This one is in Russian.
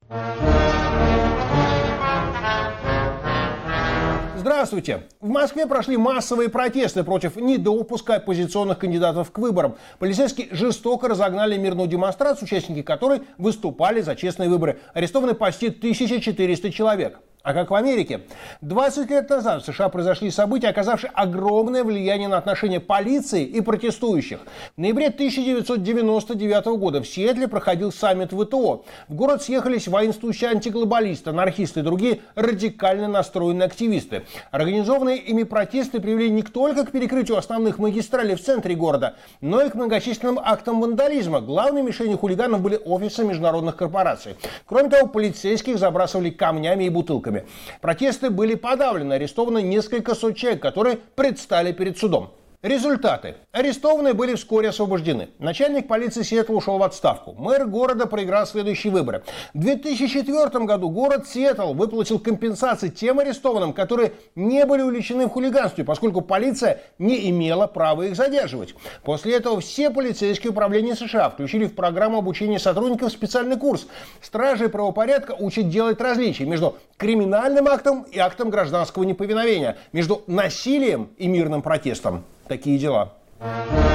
Здравствуйте! В Москве прошли массовые протесты против недопуска оппозиционных кандидатов к выборам. Полицейские жестоко разогнали мирную демонстрацию, участники которой выступали за честные выборы. Арестованы почти 1400 человек. А как в Америке? 20 лет назад в США произошли события, оказавшие огромное влияние на отношения полиции и протестующих. В ноябре 1999 года в Сиэтле проходил саммит ВТО. В город съехались воинствующие антиглобалисты, анархисты и другие радикально настроенные активисты. Организованные ими протесты привели не только к перекрытию основных магистралей в центре города, но и к многочисленным актам вандализма. Главной мишенью хулиганов были офисы международных корпораций. Кроме того, полицейских забрасывали камнями и бутылками. Протесты были подавлены, арестовано несколько сот человек, которые предстали перед судом. Результаты. Арестованные были вскоре освобождены. Начальник полиции Сиэтла ушел в отставку. Мэр города проиграл следующие выборы. В 2004 году город Сиэтл выплатил компенсации тем арестованным, которые не были увлечены в хулиганстве, поскольку полиция не имела права их задерживать. После этого все полицейские управления США включили в программу обучения сотрудников специальный курс. Стражи правопорядка учат делать различия между криминальным актом и актом гражданского неповиновения, между насилием и мирным протестом. Такие дела.